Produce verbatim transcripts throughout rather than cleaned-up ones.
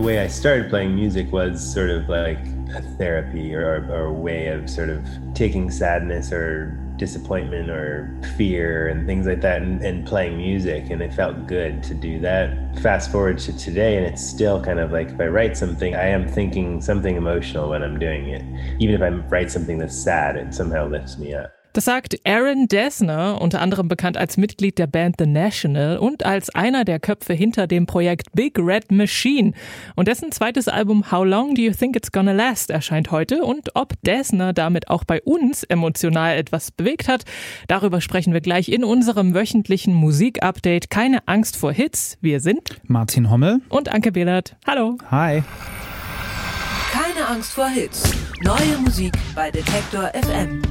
The way I started playing music was sort of like a therapy or, or a way of sort of taking sadness or disappointment or fear and things like that and, and playing music, and it felt good to do that. Fast forward to today and it's still kind of like if I write something, I am thinking something emotional when I'm doing it. Even if I write something that's sad, it somehow lifts me up. Das sagt Aaron Dessner, unter anderem bekannt als Mitglied der Band The National und als einer der Köpfe hinter dem Projekt Big Red Machine. Und dessen zweites Album How Long Do You Think It's Gonna Last erscheint heute. Und ob Dessner damit auch bei uns emotional etwas bewegt hat, darüber sprechen wir gleich in unserem wöchentlichen Musikupdate. Keine Angst vor Hits. Wir sind Martin Hommel und Anke Behlert. Hallo. Hi. Keine Angst vor Hits. Neue Musik bei Detektor F M.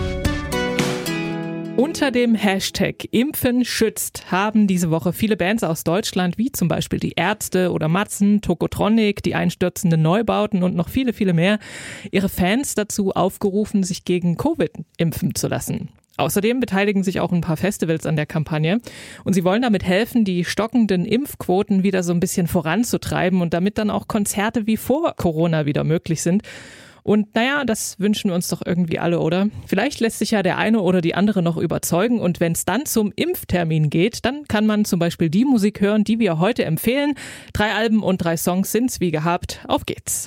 Unter dem Hashtag Impfen schützt haben diese Woche viele Bands aus Deutschland, wie zum Beispiel die Ärzte oder Matzen, Tokotronic, die einstürzenden Neubauten und noch viele, viele mehr, ihre Fans dazu aufgerufen, sich gegen Covid impfen zu lassen. Außerdem beteiligen sich auch ein paar Festivals an der Kampagne und sie wollen damit helfen, die stockenden Impfquoten wieder so ein bisschen voranzutreiben und damit dann auch Konzerte wie vor Corona wieder möglich sind. Und naja, das wünschen wir uns doch irgendwie alle, oder? Vielleicht lässt sich ja der eine oder die andere noch überzeugen und wenn es dann zum Impftermin geht, dann kann man zum Beispiel die Musik hören, die wir heute empfehlen. Drei Alben und drei Songs sind's wie gehabt. Auf geht's!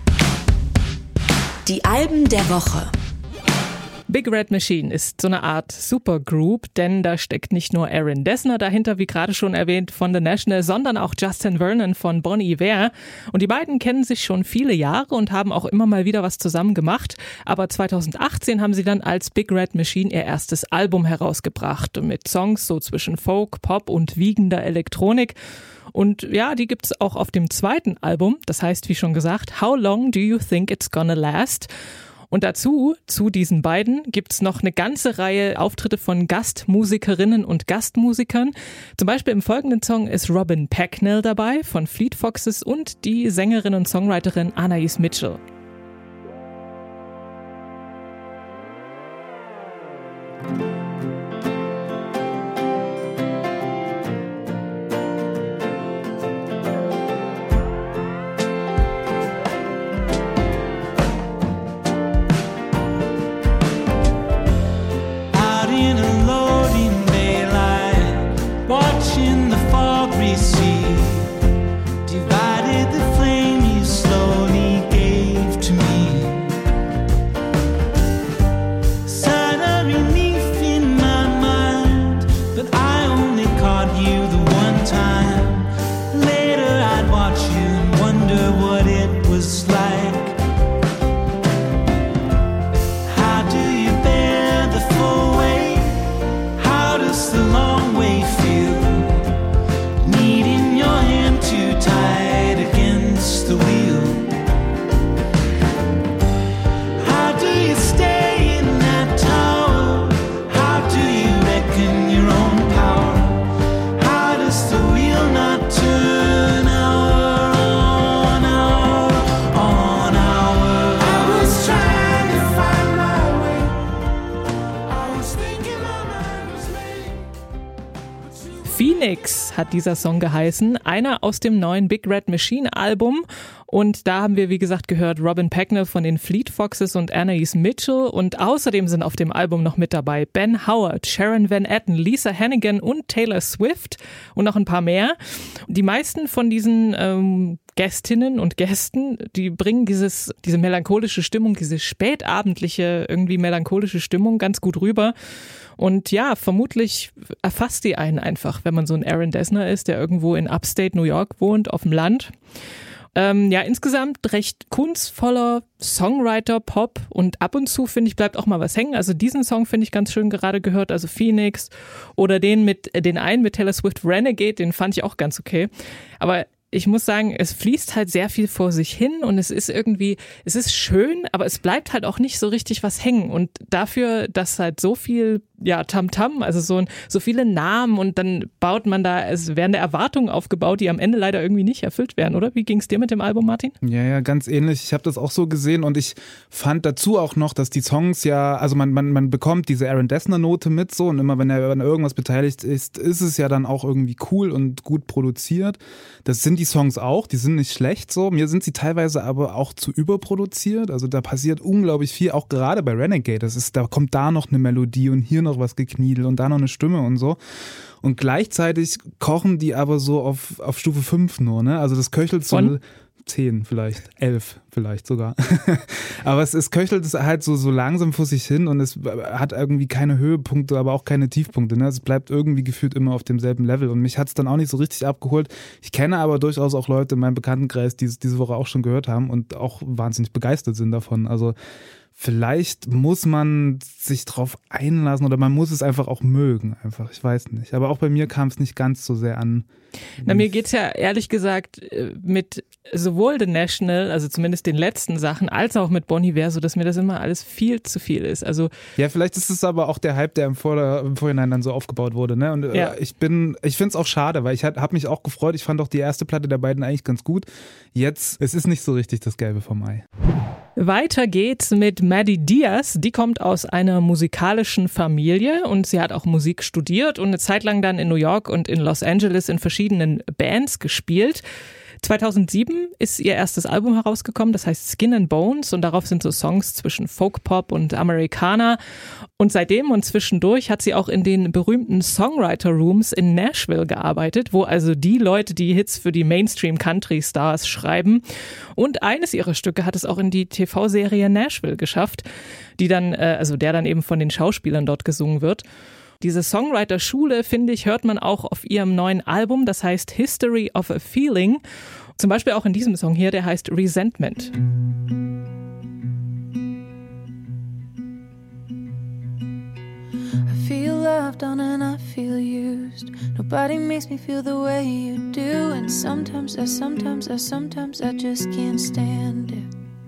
Die Alben der Woche. Big Red Machine ist so eine Art Supergroup, denn da steckt nicht nur Aaron Dessner dahinter, wie gerade schon erwähnt, von The National, sondern auch Justin Vernon von Bon Iver. Und die beiden kennen sich schon viele Jahre und haben auch immer mal wieder was zusammen gemacht. Aber zweitausendachtzehn haben sie dann als Big Red Machine ihr erstes Album herausgebracht mit Songs so zwischen Folk, Pop und wiegender Elektronik. Und ja, die gibt's auch auf dem zweiten Album. Das heißt, wie schon gesagt, How Long Do You Think It's Gonna Last? Und dazu, zu diesen beiden, gibt's noch eine ganze Reihe Auftritte von Gastmusikerinnen und Gastmusikern. Zum Beispiel im folgenden Song ist Robin Pecknell dabei von Fleet Foxes und die Sängerin und Songwriterin Anais Mitchell. Phoenix hat dieser Song geheißen, einer aus dem neuen Big Red Machine Album. Und da haben wir, wie gesagt, gehört Robin Pecknell von den Fleet Foxes und Anais Mitchell. Und außerdem sind auf dem Album noch mit dabei Ben Howard, Sharon Van Etten, Lisa Hannigan und Taylor Swift und noch ein paar mehr. Die meisten von diesen ähm, Gästinnen und Gästen, die bringen dieses, diese melancholische Stimmung, diese spätabendliche, irgendwie melancholische Stimmung ganz gut rüber. Und ja, vermutlich erfasst die einen einfach, wenn man so ein Aaron Dessner ist, der irgendwo in Upstate New York wohnt, auf dem Land. Ähm, ja, insgesamt recht kunstvoller Songwriter, Pop und ab und zu, finde ich, bleibt auch mal was hängen. Also diesen Song finde ich ganz schön gerade gehört, also Phoenix oder den mit, den einen mit Taylor Swift, Renegade, den fand ich auch ganz okay. Aber ich muss sagen, es fließt halt sehr viel vor sich hin und es ist irgendwie, es ist schön, aber es bleibt halt auch nicht so richtig was hängen. Und dafür, dass halt so viel ja, Tamtam, also so, so viele Namen und dann baut man da, es werden da Erwartungen aufgebaut, die am Ende leider irgendwie nicht erfüllt werden, oder? Wie ging es dir mit dem Album, Martin? Ja, ja, ganz ähnlich. Ich habe das auch so gesehen und ich fand dazu auch noch, dass die Songs ja, also man, man, man bekommt diese Aaron Dessner-Note mit so und immer wenn er an irgendwas beteiligt ist, ist es ja dann auch irgendwie cool und gut produziert. Das sind die Songs auch, die sind nicht schlecht so. Mir sind sie teilweise aber auch zu überproduziert. Also da passiert unglaublich viel, auch gerade bei Renegade. Das ist, da kommt da noch eine Melodie und hier noch was gekniedelt und da noch eine Stimme und so. Und gleichzeitig kochen die aber so auf, auf Stufe fünf nur, ne? Also das köchelt so Von? zehn vielleicht, elf vielleicht sogar. Aber es, es köchelt es halt so, so langsam vor sich hin und es hat irgendwie keine Höhepunkte, aber auch keine Tiefpunkte, ne? Es bleibt irgendwie gefühlt immer auf demselben Level und mich hat es dann auch nicht so richtig abgeholt. Ich kenne aber durchaus auch Leute in meinem Bekanntenkreis, die es diese Woche auch schon gehört haben und auch wahnsinnig begeistert sind davon. Also vielleicht muss man sich drauf einlassen oder man muss es einfach auch mögen, einfach, ich weiß nicht. Aber auch bei mir kam es nicht ganz so sehr an. Na, mir geht's ja ehrlich gesagt mit sowohl The National, also zumindest den letzten Sachen, als auch mit Bon Iver, so dass mir das immer alles viel zu viel ist. Also ja, vielleicht ist es aber auch der Hype, der im, Vor- im Vorhinein dann so aufgebaut wurde, ne? Und ja. äh, ich bin, ich finde es auch schade, weil ich habe mich auch gefreut. Ich fand auch die erste Platte der beiden eigentlich ganz gut. Jetzt, es ist nicht so richtig das Gelbe vom Ei. Weiter geht's mit Maddie Diaz. Die kommt aus einer musikalischen Familie und sie hat auch Musik studiert und eine Zeit lang dann in New York und in Los Angeles in verschiedenen Bands gespielt. zweitausendsieben ist ihr erstes Album herausgekommen, das heißt Skin and Bones und darauf sind so Songs zwischen Folk-Pop und Americana. Und seitdem und zwischendurch hat sie auch in den berühmten Songwriter-Rooms in Nashville gearbeitet, wo also die Leute die Hits für die Mainstream-Country-Stars schreiben. Und eines ihrer Stücke hat es auch in die T V-Serie Nashville geschafft, die dann, also der dann eben von den Schauspielern dort gesungen wird. Diese Songwriter-Schule, finde ich, hört man auch auf ihrem neuen Album, das heißt History of a Feeling. Zum Beispiel auch in diesem Song hier, der heißt Resentment. I feel loved on and I feel used. Nobody makes me feel the way you do. And sometimes I, sometimes I, sometimes I just can't stand it.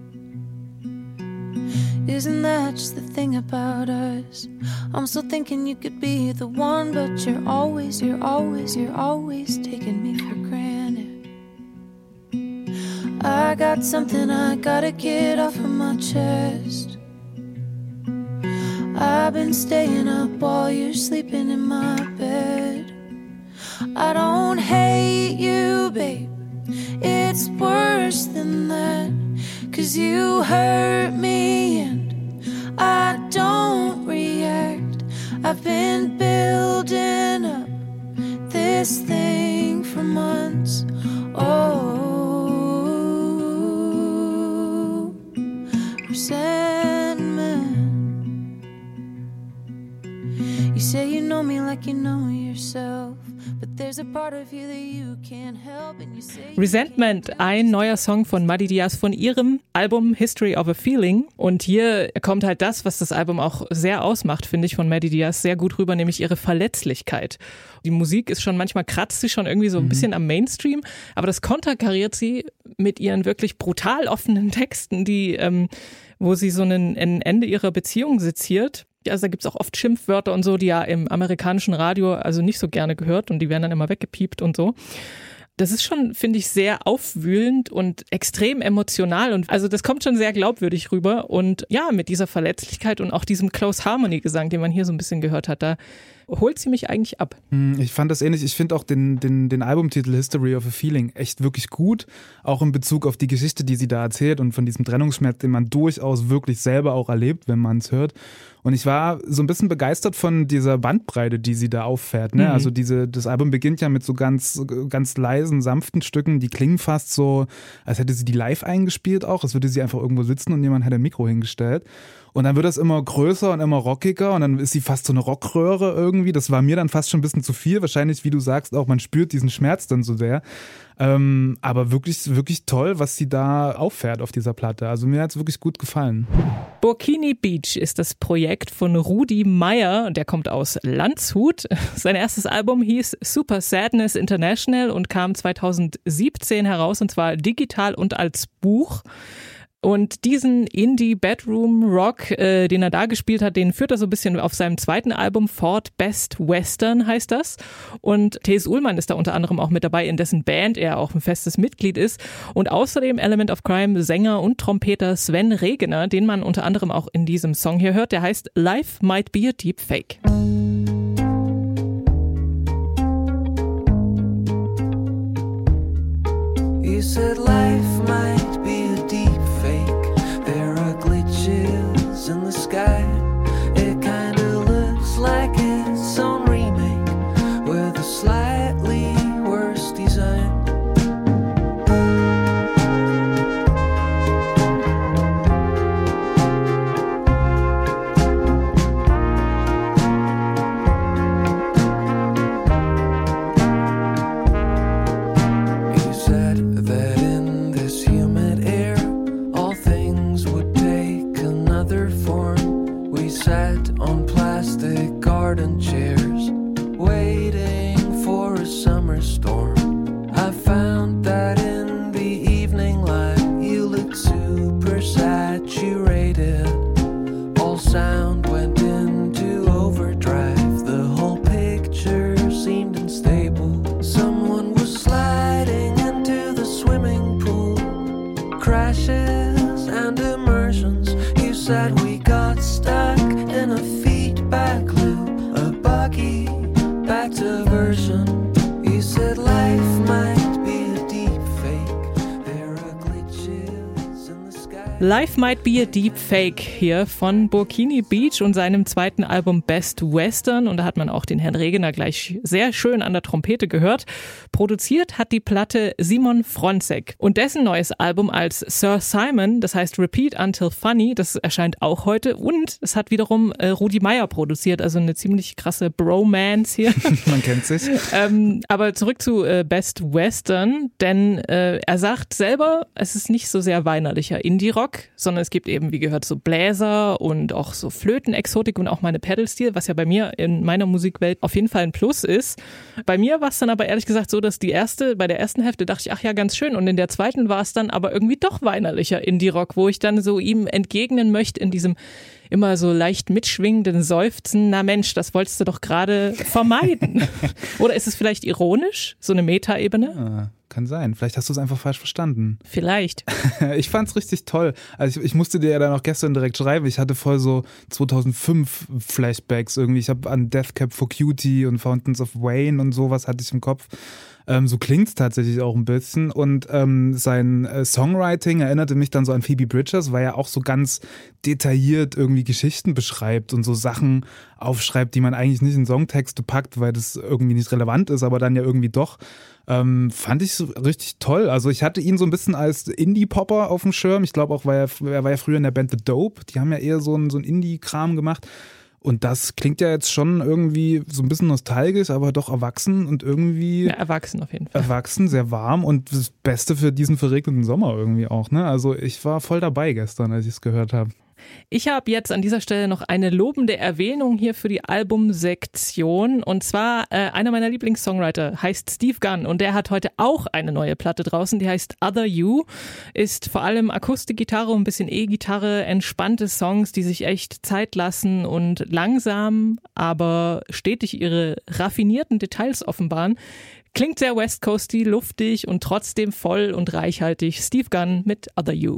Isn't that just the thing about us? I'm still thinking you could be the one, but you're always, you're always, you're always taking me for granted. I got something I gotta get off of my chest. I've been staying up while you're sleeping in my bed. I don't hate you, babe. It's worse than that. 'Cause you hurt me and I don't react. I've been building up this thing for months. Oh, resentment. You say you know me like you know yourself. Resentment, ein neuer Song von Maddie Diaz von ihrem Album History of a Feeling. Und hier kommt halt das, was das Album auch sehr ausmacht, finde ich, von Maddie Diaz sehr gut rüber, nämlich ihre Verletzlichkeit. Die Musik ist schon, manchmal kratzt sie schon irgendwie so ein bisschen am Mainstream, aber das konterkariert sie mit ihren wirklich brutal offenen Texten, die, ähm, wo sie so einen, ein Ende ihrer Beziehung seziert. Also da gibt's auch oft Schimpfwörter und so, die ja im amerikanischen Radio also nicht so gerne gehört und die werden dann immer weggepiept und so. Das ist schon, finde ich, sehr aufwühlend und extrem emotional und also das kommt schon sehr glaubwürdig rüber und ja, mit dieser Verletzlichkeit und auch diesem Close Harmony Gesang, den man hier so ein bisschen gehört hat, da holt sie mich eigentlich ab. Ich fand das ähnlich. Ich finde auch den, den, den Albumtitel History of a Feeling echt wirklich gut. Auch in Bezug auf die Geschichte, die sie da erzählt und von diesem Trennungsschmerz, den man durchaus wirklich selber auch erlebt, wenn man es hört. Und ich war so ein bisschen begeistert von dieser Bandbreite, die sie da auffährt. Ne? Mhm. Also diese, das Album beginnt ja mit so ganz, ganz leisen, sanften Stücken. Die klingen fast so, als hätte sie die live eingespielt auch. Als würde sie einfach irgendwo sitzen und jemand hat ein Mikro hingestellt. Und dann wird das immer größer und immer rockiger und dann ist sie fast so eine Rockröhre irgendwie. Das war mir dann fast schon ein bisschen zu viel. Wahrscheinlich, wie du sagst, auch man spürt diesen Schmerz dann so sehr. Ähm, aber wirklich, wirklich toll, was sie da auffährt auf dieser Platte. Also mir hat es wirklich gut gefallen. Burkini Beach ist das Projekt von Rudi Meier, der kommt aus Landshut. Sein erstes Album hieß Super Sadness International und kam zweitausendsiebzehn heraus und zwar digital und als Buch. Und diesen Indie-Bedroom-Rock, äh, den er da gespielt hat, den führt er so ein bisschen auf seinem zweiten Album fort. Best Western heißt das. Und T S. Ullmann ist da unter anderem auch mit dabei, in dessen Band er auch ein festes Mitglied ist. Und außerdem Element of Crime Sänger und Trompeter Sven Regener, den man unter anderem auch in diesem Song hier hört. Der heißt Life Might Be a Deep Fake. You said life might be a deep fake. There are glitches in the sky. It kinda looks like its own remake with a slightly worse design. You said that in this humid air all things would take another form. We sat on plastic garden chairs waiting for a summer storm. I found that in the evening light you looked super saturated. All sound went into overdrive. The whole picture seemed unstable. Someone was sliding into the swimming pool. Crashes and immersions. You said we got stuck in a feedback loop. A buggy back to version. You said life might be a deep fake. There are glitches in the sky. Life Might Be a Deep Fake hier von Burkini Beach und seinem zweiten Album Best Western. Und da hat man auch den Herrn Regener gleich sehr schön an der Trompete gehört. Produziert hat die Platte Simon Fronzek. Und dessen neues Album als Sir Simon, das heißt Repeat Until Funny, das erscheint auch heute. Und es hat wiederum äh, Rudi Meier produziert, also eine ziemlich krasse Bromance hier. Man kennt sich. ähm, aber zurück zu äh, Best Western, denn äh, er sagt selber, es ist nicht so sehr weinerlicher Indie-Rock, sondern es gibt eben, wie gehört, so Bläser und auch so Flötenexotik und auch meine Pedal-Stil, was ja bei mir in meiner Musikwelt auf jeden Fall ein Plus ist. Bei mir war es dann aber ehrlich gesagt so, dass die erste, bei der ersten Hälfte dachte ich, ach ja, ganz schön, und in der zweiten war es dann aber irgendwie doch weinerlicher Indie-Rock, wo ich dann so ihm entgegnen möchte in diesem immer so leicht mitschwingenden Seufzen, na Mensch, das wolltest du doch gerade vermeiden. Oder ist es vielleicht ironisch, so eine Metaebene? Ah, kann sein. Vielleicht hast du es einfach falsch verstanden. Vielleicht. Ich fand's richtig toll. Also ich, ich musste dir ja dann auch gestern direkt schreiben. Ich hatte voll so zweitausendfünf Flashbacks irgendwie. Ich habe an Death Cab for Cutie und Fountains of Wayne und sowas hatte ich im Kopf. Ähm, so klingt's tatsächlich auch ein bisschen. Und ähm, sein äh, Songwriting erinnerte mich dann so an Phoebe Bridgers, weil er auch so ganz detailliert irgendwie Geschichten beschreibt und so Sachen aufschreibt, die man eigentlich nicht in Songtexte packt, weil das irgendwie nicht relevant ist, aber dann ja irgendwie doch. Ähm, fand ich so richtig toll. Also ich hatte ihn so ein bisschen als Indie-Popper auf dem Schirm. Ich glaube auch, weil er, er war ja früher in der Band The Dope. Die haben ja eher so ein, so ein Indie-Kram gemacht. Und das klingt ja jetzt schon irgendwie so ein bisschen nostalgisch, aber doch erwachsen und irgendwie... Ja, erwachsen auf jeden Fall. Erwachsen, sehr warm und das Beste für diesen verregneten Sommer irgendwie auch, ne? Also ich war voll dabei gestern, als ich es gehört habe. Ich habe jetzt an dieser Stelle noch eine lobende Erwähnung hier für die Albumsektion. Und zwar äh, einer meiner Lieblingssongwriter heißt Steve Gunn und der hat heute auch eine neue Platte draußen, die heißt Other You. Ist vor allem Akustikgitarre und ein bisschen E-Gitarre, entspannte Songs, die sich echt Zeit lassen und langsam, aber stetig ihre raffinierten Details offenbaren. Klingt sehr West Coasty, luftig und trotzdem voll und reichhaltig. Steve Gunn mit Other You.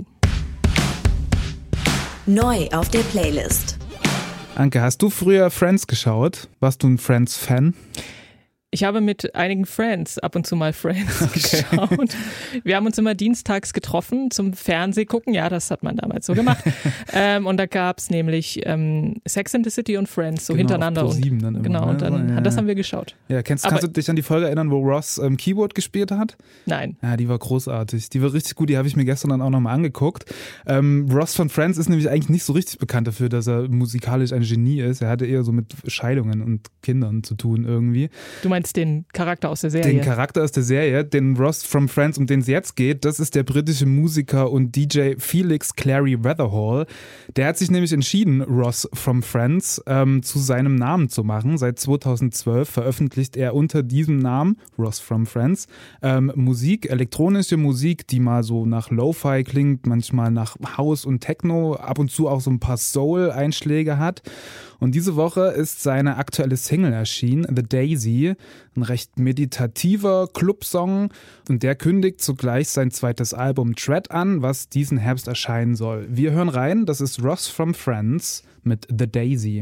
Neu auf der Playlist. Anke, hast du früher Friends geschaut? Warst du ein Friends-Fan? Ich habe mit einigen Friends ab und zu mal Friends okay. geschaut. Wir haben uns immer dienstags getroffen zum Fernsehgucken. Ja, das hat man damals so gemacht. ähm, und da gab es nämlich ähm, Sex and the City und Friends so genau, hintereinander. Auf Pro sieben dann immer, genau, ne? und dann, ja. das haben wir geschaut. Ja, kennst, Aber, kannst du dich an die Folge erinnern, wo Ross ähm, Keyboard gespielt hat? Nein. Ja, die war großartig. Die war richtig gut, die habe ich mir gestern dann auch nochmal angeguckt. Ähm, Ross von Friends ist nämlich eigentlich nicht so richtig bekannt dafür, dass er musikalisch ein Genie ist. Er hatte eher so mit Scheidungen und Kindern zu tun irgendwie. Du meinst meinst den Charakter aus der Serie? Den Charakter aus der Serie, den Ross from Friends, um den es jetzt geht, das ist der britische Musiker und D J Felix Clary Weatherall. Der hat sich nämlich entschieden, Ross from Friends ähm, zu seinem Namen zu machen. Seit zweitausendzwölf veröffentlicht er unter diesem Namen, Ross from Friends, ähm, Musik, elektronische Musik, die mal so nach Lo-Fi klingt, manchmal nach House und Techno, ab und zu auch so ein paar Soul-Einschläge hat. Und diese Woche ist seine aktuelle Single erschienen, The Daisy, ein recht meditativer Clubsong, und der kündigt zugleich sein zweites Album Tread an, was diesen Herbst erscheinen soll. Wir hören rein, das ist Ross from Friends mit The Daisy.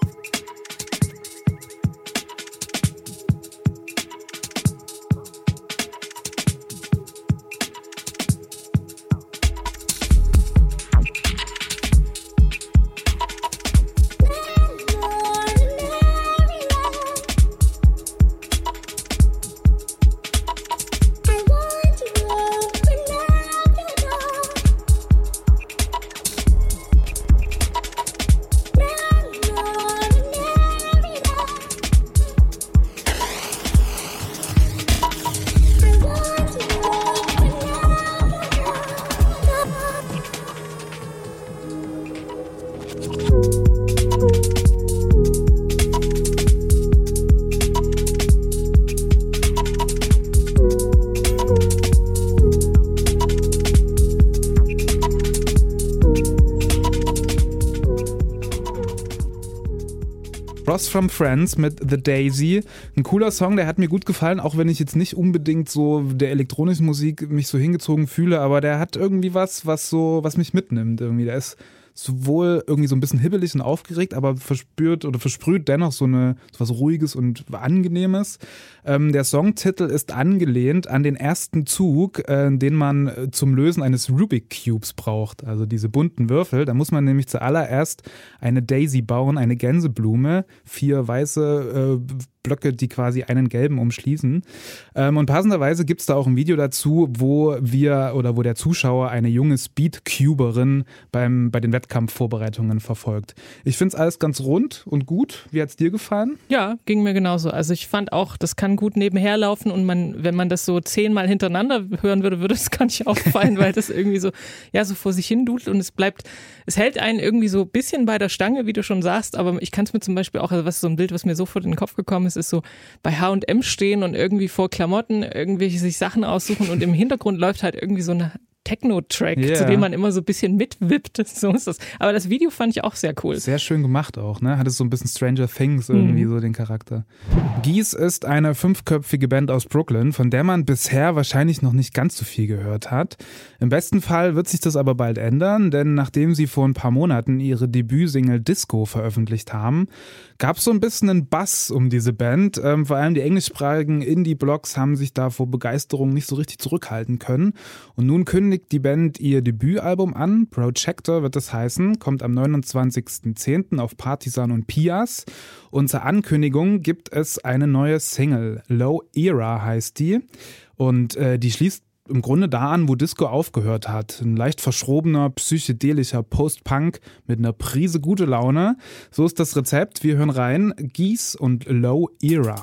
Ross from Friends mit The Daisy. Ein cooler Song, der hat mir gut gefallen, auch wenn ich jetzt nicht unbedingt so der elektronischen Musik mich so hingezogen fühle, aber der hat irgendwie was, was so, was mich mitnimmt irgendwie. Der ist sowohl irgendwie so ein bisschen hibbelig und aufgeregt, aber verspürt oder versprüht dennoch so eine so was Ruhiges und Angenehmes. Ähm, der Songtitel ist angelehnt an den ersten Zug, äh, den man zum Lösen eines Rubik Cubes braucht, also diese bunten Würfel. Da muss man nämlich zuallererst eine Daisy bauen, eine Gänseblume, vier weiße äh, Blöcke, die quasi einen gelben umschließen. Ähm, und passenderweise gibt es da auch ein Video dazu, wo wir oder wo der Zuschauer eine junge Speedcuberin beim, bei den Wettkampfvorbereitungen verfolgt. Ich finde es alles ganz rund und gut. Wie hat es dir gefallen? Ja, ging mir genauso. Also ich fand auch, das kann gut nebenher laufen, und man, wenn man das so zehnmal hintereinander hören würde, würde es gar nicht auffallen, weil das irgendwie so, ja, so vor sich hin dudelt, und es bleibt, es hält einen irgendwie so ein bisschen bei der Stange, wie du schon sagst, aber ich kann es mir zum Beispiel auch, also was so ein Bild, was mir sofort in den Kopf gekommen ist, ist so bei H und M stehen und irgendwie vor Klamotten irgendwelche sich Sachen aussuchen, und im Hintergrund läuft halt irgendwie so eine Techno-Track, yeah, zu dem man immer so ein bisschen mitwippt. So ist das. Aber das Video fand ich auch sehr cool. Sehr schön gemacht auch, ne? Hat es so ein bisschen Stranger Things irgendwie, mhm, so den Charakter. Geese ist eine fünfköpfige Band aus Brooklyn, von der man bisher wahrscheinlich noch nicht ganz so viel gehört hat. Im besten Fall wird sich das aber bald ändern, denn nachdem sie vor ein paar Monaten ihre Debütsingle Disco veröffentlicht haben, gab es so ein bisschen einen Buzz um diese Band. Ähm, vor allem die englischsprachigen Indie-Blogs haben sich da vor Begeisterung nicht so richtig zurückhalten können. Und nun kündigt die Band ihr Debütalbum an. Projector wird das heißen, kommt am neunundzwanzigsten zehnten auf Partisan und Pias. Und zur Ankündigung gibt es eine neue Single. Low Era heißt die. Und äh, die schließt im Grunde da an, wo Disco aufgehört hat. Ein leicht verschrobener, psychedelischer Post-Punk mit einer Prise gute Laune. So ist das Rezept. Wir hören rein. Geese und Low Era.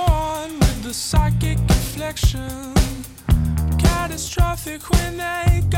Catastrophic when they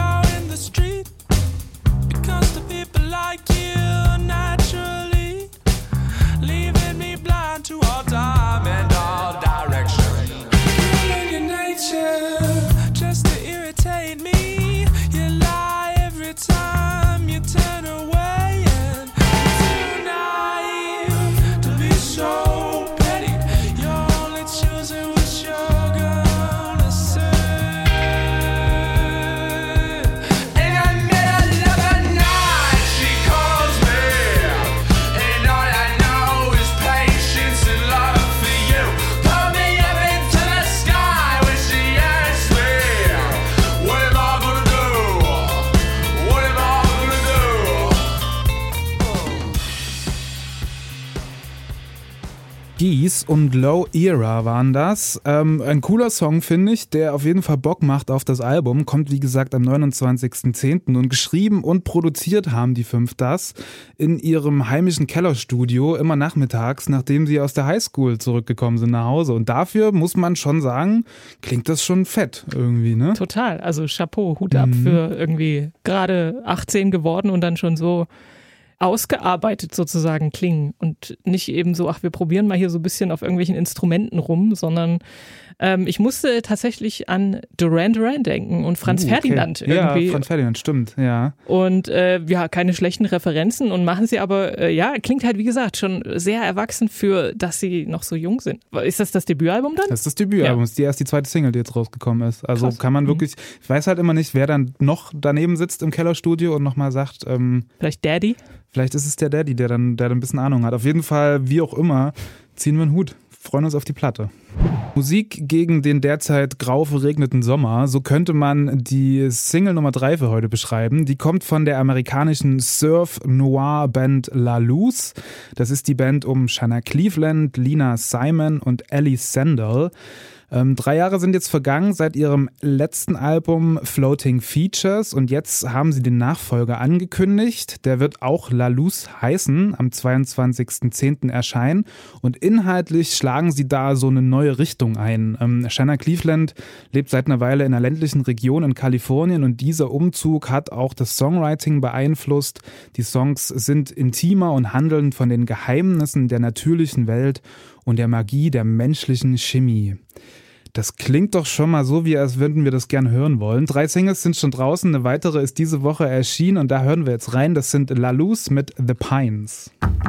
Geese und Low Era waren das. Ähm, ein cooler Song, finde ich, der auf jeden Fall Bock macht auf das Album. Kommt, wie gesagt, am neunundzwanzigsten zehnten Und geschrieben und produziert haben die fünf das in ihrem heimischen Kellerstudio, immer nachmittags, nachdem sie aus der Highschool zurückgekommen sind nach Hause. Und dafür muss man schon sagen, klingt das schon fett irgendwie, ne? Total. Also Chapeau, Hut ab mhm. für irgendwie gerade achtzehn geworden und dann schon so ausgearbeitet sozusagen klingen und nicht eben so, ach, wir probieren mal hier so ein bisschen auf irgendwelchen Instrumenten rum, sondern ähm, ich musste tatsächlich an Duran Duran denken und Franz uh, okay. Ferdinand irgendwie. Ja, Franz Ferdinand, stimmt, ja. Und äh, ja, keine schlechten Referenzen und machen sie aber, äh, ja, klingt halt wie gesagt schon sehr erwachsen für, dass sie noch so jung sind. Ist das das Debütalbum dann? Das ist das Debütalbum, das ist die erst die zweite Single, die jetzt rausgekommen ist. Also Krass. Kann man wirklich, ich weiß halt immer nicht, wer dann noch daneben sitzt im Kellerstudio und nochmal sagt, ähm, vielleicht Daddy? Vielleicht ist es der Daddy, der dann, der dann ein bisschen Ahnung hat. Auf jeden Fall, wie auch immer, ziehen wir einen Hut. Freuen uns auf die Platte. Musik gegen den derzeit grau verregneten Sommer, so könnte man die Single Nummer drei für heute beschreiben. Die kommt von der amerikanischen Surf-Noir-Band La Luz. Das ist die Band um Shanna Cleveland, Lina Simon und Ellie Sandel. Ähm, drei Jahre sind jetzt vergangen seit ihrem letzten Album Floating Features und jetzt haben sie den Nachfolger angekündigt. Der wird auch La Luz heißen, am zweiundzwanzigsten zehnten erscheinen und inhaltlich schlagen sie da so eine neue Richtung ein. Ähm, Shanna Cleveland lebt seit einer Weile in einer ländlichen Region in Kalifornien und dieser Umzug hat auch das Songwriting beeinflusst. Die Songs sind intimer und handeln von den Geheimnissen der natürlichen Welt und der Magie der menschlichen Chemie. Das klingt doch schon mal so, wie als würden wir das gern hören wollen. Drei Singles sind schon draußen, eine weitere ist diese Woche erschienen und da hören wir jetzt rein. Das sind La Luz mit The Pines.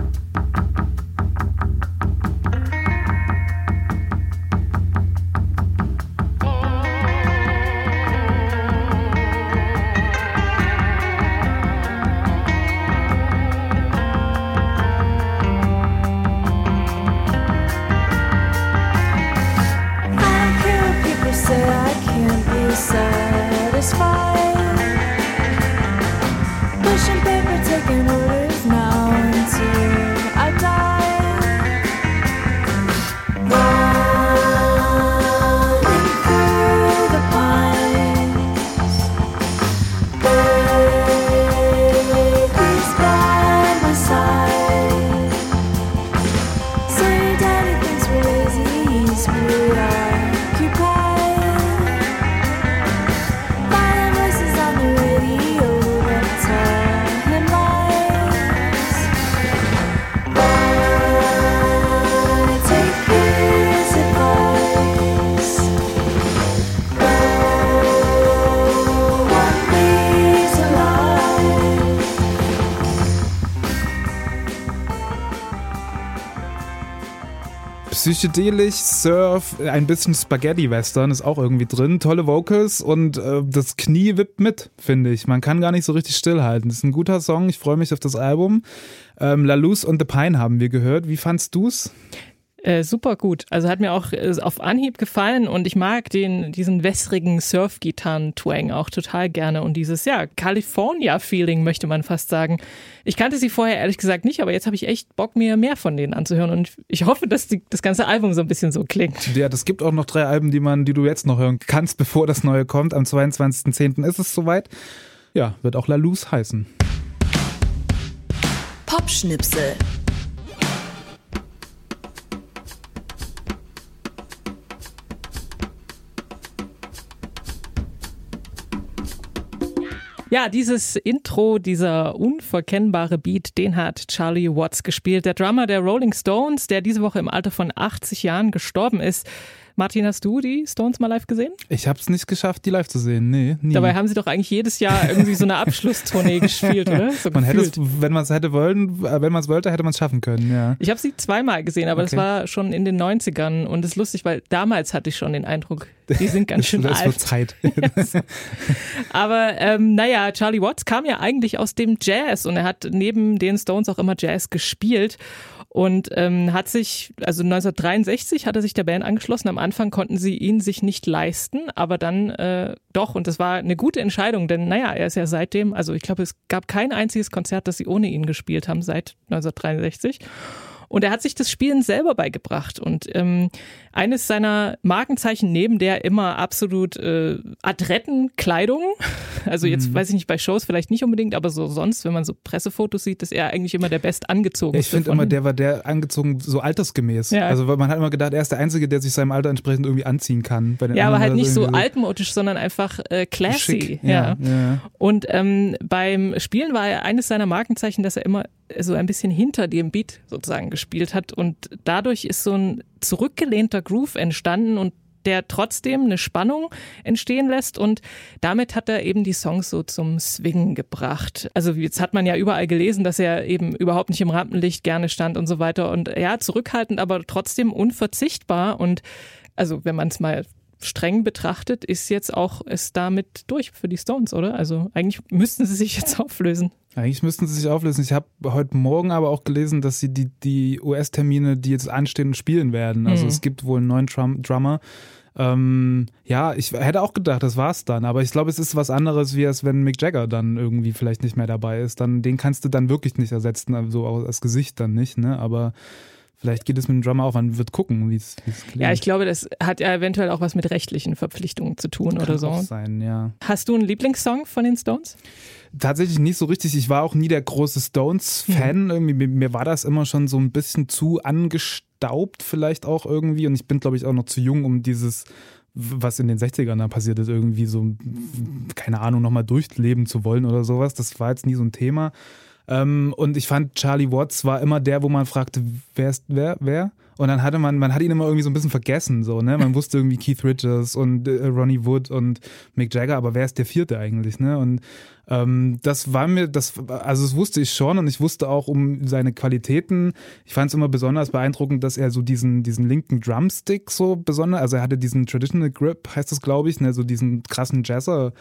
Pushing paper, taking orders now until I die. Running through the pines, baby's by my side. Say daddy thinks we're lazy, he's preoccupied. Psychedelisch, Surf, ein bisschen Spaghetti-Western ist auch irgendwie drin. Tolle Vocals und äh, das Knie wippt mit, finde ich. Man kann gar nicht so richtig stillhalten. Das ist ein guter Song, ich freue mich auf das Album. Ähm, La Luz und The Pine haben wir gehört. Wie fandst du's? Äh, super gut. Also hat mir auch äh, auf Anhieb gefallen und ich mag den diesen wässrigen Surf-Gitarren-Twang auch total gerne und dieses, ja, California-Feeling möchte man fast sagen. Ich kannte sie vorher ehrlich gesagt nicht, aber jetzt habe ich echt Bock, mir mehr von denen anzuhören und ich hoffe, dass die, das ganze Album so ein bisschen so klingt. Ja, das gibt auch noch drei Alben, die man, die du jetzt noch hören kannst, bevor das neue kommt. Am zweiundzwanzigsten zehnten ist es soweit. Ja, wird auch La Luz heißen. Popschnipsel. Ja, dieses Intro, dieser unverkennbare Beat, den hat Charlie Watts gespielt. Der Drummer der Rolling Stones, der diese Woche im Alter von achtzig Jahren gestorben ist. Martin, hast du die Stones mal live gesehen? Ich habe es nicht geschafft, die live zu sehen. Nee, nie. Dabei haben sie doch eigentlich jedes Jahr irgendwie so eine Abschlusstournee gespielt, oder? So man hätte es, wenn man es hätte wollen, wenn man es wollte, hätte man es schaffen können, ja. Ich habe sie zweimal gesehen, aber okay. Das war schon in den neunzigern und das ist lustig, weil damals hatte ich schon den Eindruck, die sind ganz schön das alt. Das wird Zeit. Yes. Aber ähm, naja, Charlie Watts kam ja eigentlich aus dem Jazz und er hat neben den Stones auch immer Jazz gespielt. Und ähm, hat sich, also neunzehnhundertdreiundsechzig hat er sich der Band angeschlossen. Am Anfang konnten sie ihn sich nicht leisten, aber dann äh, doch. Und das war eine gute Entscheidung, denn naja, er ist ja seitdem, also ich glaube, es gab kein einziges Konzert, das sie ohne ihn gespielt haben seit neunzehnhundertdreiundsechzig. Und er hat sich das Spielen selber beigebracht. Und ähm, eines seiner Markenzeichen neben der immer absolut äh, adretten Kleidung, also jetzt mhm. weiß ich nicht, bei Shows vielleicht nicht unbedingt, aber so sonst, wenn man so Pressefotos sieht, ist er eigentlich immer der bestangezogen. Ich finde immer, der war der angezogen so altersgemäß. Ja. Also man hat immer gedacht, er ist der Einzige, der sich seinem Alter entsprechend irgendwie anziehen kann. Bei den ja, aber halt nicht so so altmodisch, sondern einfach äh, classy. Schick. Ja. Ja, ja. Und ähm, beim Spielen war er eines seiner Markenzeichen, dass er immer so ein bisschen hinter dem Beat sozusagen gespielt hat und dadurch ist so ein zurückgelehnter Groove entstanden und der trotzdem eine Spannung entstehen lässt und damit hat er eben die Songs so zum Swingen gebracht. Also jetzt hat man ja überall gelesen, dass er eben überhaupt nicht im Rampenlicht gerne stand und so weiter und ja, zurückhaltend, aber trotzdem unverzichtbar und also wenn man es mal streng betrachtet, ist jetzt auch es damit durch für die Stones, oder? Also eigentlich müssten sie sich jetzt auflösen. Eigentlich müssten sie sich auflösen. Ich habe heute Morgen aber auch gelesen, dass sie die, die U S-Termine, die jetzt anstehen, spielen werden. Also mhm. es gibt wohl einen neuen Drum- Drummer. Ähm, ja, ich hätte auch gedacht, das war's dann. Aber ich glaube, es ist was anderes, wie als wenn Mick Jagger dann irgendwie vielleicht nicht mehr dabei ist. Dann, den kannst du dann wirklich nicht ersetzen, also auch als Gesicht dann nicht, ne? Aber vielleicht geht es mit dem Drummer auch, man wird gucken, wie es klingt. Ja, ich glaube, das hat ja eventuell auch was mit rechtlichen Verpflichtungen zu tun Kann oder so. Auch sein, ja. Hast du einen Lieblingssong von den Stones? Tatsächlich nicht so richtig. Ich war auch nie der große Stones-Fan. Mhm. Irgendwie, mir, mir war das immer schon so ein bisschen zu angestaubt vielleicht auch irgendwie. Und ich bin, glaube ich, auch noch zu jung, um dieses, was in den sechzigern da passiert ist, irgendwie so, keine Ahnung, nochmal durchleben zu wollen oder sowas. Das war jetzt nie so ein Thema. Ähm, und ich fand, Charlie Watts war immer der, wo man fragte, wer ist, wer, wer? Und dann hatte man, man hat ihn immer irgendwie so ein bisschen vergessen, so, ne? Man wusste irgendwie Keith Richards und äh, Ronnie Wood und Mick Jagger, aber wer ist der Vierte eigentlich, ne? Und ähm, das war mir, das, also das wusste ich schon und ich wusste auch um seine Qualitäten. Ich fand es immer besonders beeindruckend, dass er so diesen, diesen linken Drumstick so besonders, also er hatte diesen Traditional Grip, heißt das, glaube ich, ne? So diesen krassen Jazzer-Grip.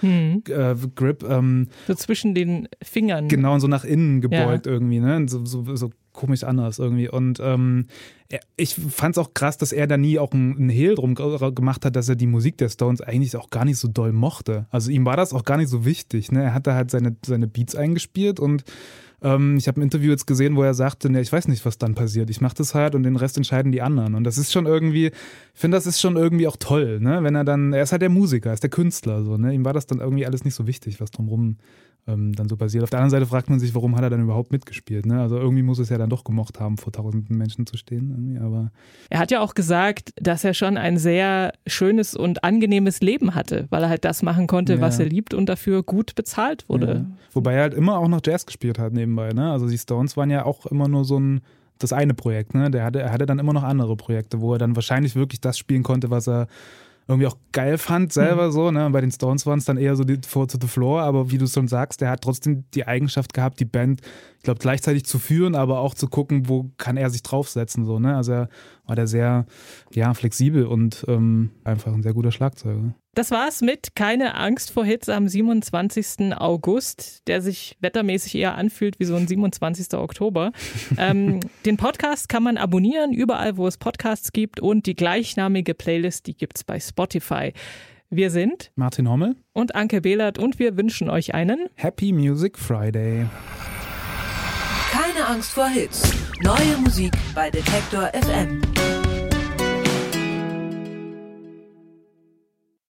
Hm. Äh, ähm, so zwischen den Fingern. Genau, und so nach innen gebeugt ja. irgendwie, ne? So, so, so komisch anders irgendwie. Und ähm, ich fand es auch krass, dass er da nie auch einen Hehl drum gemacht hat, dass er die Musik der Stones eigentlich auch gar nicht so doll mochte. Also ihm war das auch gar nicht so wichtig. Ne? Er hat da halt seine, seine Beats eingespielt und ähm, ich habe ein Interview jetzt gesehen, wo er sagte, ne, ich weiß nicht, was dann passiert. Ich mache das halt und den Rest entscheiden die anderen. Und das ist schon irgendwie, ich finde, das ist schon irgendwie auch toll, ne? Wenn er dann, er ist halt der Musiker, er ist der Künstler, so, ne? Ihm war das dann irgendwie alles nicht so wichtig, was drumherum ähm, dann so passiert. Auf der anderen Seite fragt man sich, warum hat er dann überhaupt mitgespielt, ne? Also irgendwie muss es ja dann doch gemocht haben, vor tausenden Menschen zu stehen, irgendwie, aber. Er hat ja auch gesagt, dass er schon ein sehr schönes und angenehmes Leben hatte, weil er halt das machen konnte, ja. was er liebt und dafür gut bezahlt wurde. Ja. Wobei er halt immer auch noch Jazz gespielt hat nebenbei, ne? Also die Stones waren ja auch immer nur so ein, das eine Projekt, ne? Der hatte, er hatte dann immer noch andere Projekte, wo er dann wahrscheinlich wirklich das spielen konnte, was er irgendwie auch geil fand selber, mhm. so, ne? Bei den Stones waren es dann eher so die Four to the Floor, aber wie du schon sagst, der hat trotzdem die Eigenschaft gehabt, die Band, ich glaube, gleichzeitig zu führen, aber auch zu gucken, wo kann er sich draufsetzen, so, ne? Also er war da sehr, ja, flexibel und ähm, einfach ein sehr guter Schlagzeuger. Das war's mit Keine Angst vor Hits am siebenundzwanzigsten August, der sich wettermäßig eher anfühlt wie so ein siebenundzwanzigsten Oktober. ähm, den Podcast kann man abonnieren, überall, wo es Podcasts gibt und die gleichnamige Playlist, die gibt's bei Spotify. Wir sind Martin Hommel und Anke Behlert und wir wünschen euch einen Happy Music Friday. Keine Angst vor Hits. Neue Musik bei Detektor F M.